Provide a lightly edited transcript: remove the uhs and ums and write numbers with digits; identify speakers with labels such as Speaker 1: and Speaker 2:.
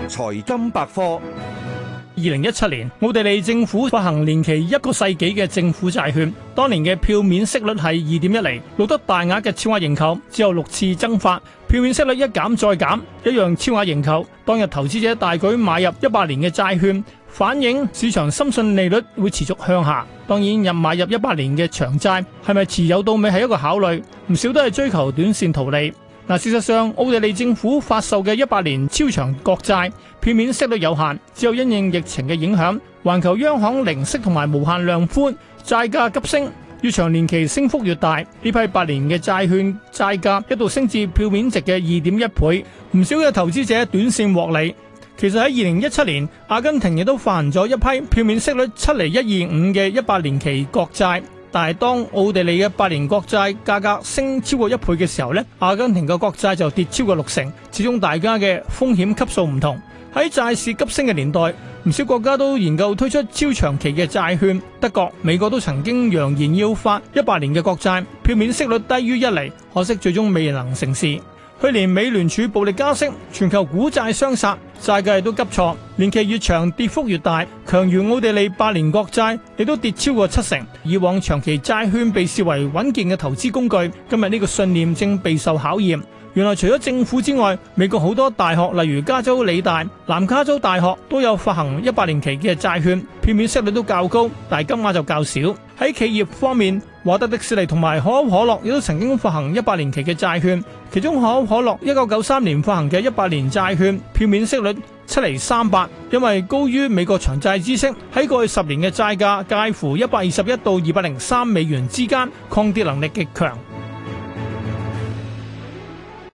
Speaker 1: 財金百科。
Speaker 2: 2017年，奧地利政府發行年期1個世紀嘅政府債券，當年嘅票面息率係2.1厘，錄得大額嘅超額認購，之後6次增發，票面息率一減再減，一樣超額認購。當日投資者大舉買入18年嘅債券，反映市場深信利率會持續向下。當然，買入18年嘅長債係咪持有到尾係一個考慮，唔少都係追求短線圖利。事實上，奧地利政府發售嘅18年超長國債票面息率有限，只有因應疫情嘅影響，環球央行零息同埋無限量寬，債價急升，越長年期升幅越大。呢批8年嘅債券債價一度升至票面值嘅2.1倍，唔少嘅投資者短線獲利。其實喺2017年，阿根廷亦都發行咗一批票面息率7.125厘嘅18年期國債。但係當奧地利嘅8年國債價格升超過1倍嘅時候呢，阿根廷嘅國債就跌超過60%。始終大家嘅風險級數唔同。喺債市急升嘅年代，唔少國家都研究推出超長期嘅債券。德國、美國都曾經揚言要發18年嘅國債，票面息率低於1厘，可惜最終未能成事。去年美聯儲暴力加息，全球股債雙殺，債價亦都急挫，年期越長跌幅越大。強如奧地利8年國債亦都跌超過70%。以往長期債券被視為穩健嘅投資工具，今日呢個信念正備受考驗。原來除咗政府之外，美國好多大學，例如加州理大、南加州大學都有發行18年期嘅債券，票面息率都較高，但係金額就較少。喺企業方面，華特迪士尼同埋可口可樂亦都曾經發行18年期嘅債券，其中可口可樂1993年發行嘅18年債券，票面息率7.38厘，因為高於美國長債孳息，喺過去10年嘅債價介乎121到203美元之間，抗跌能力極強。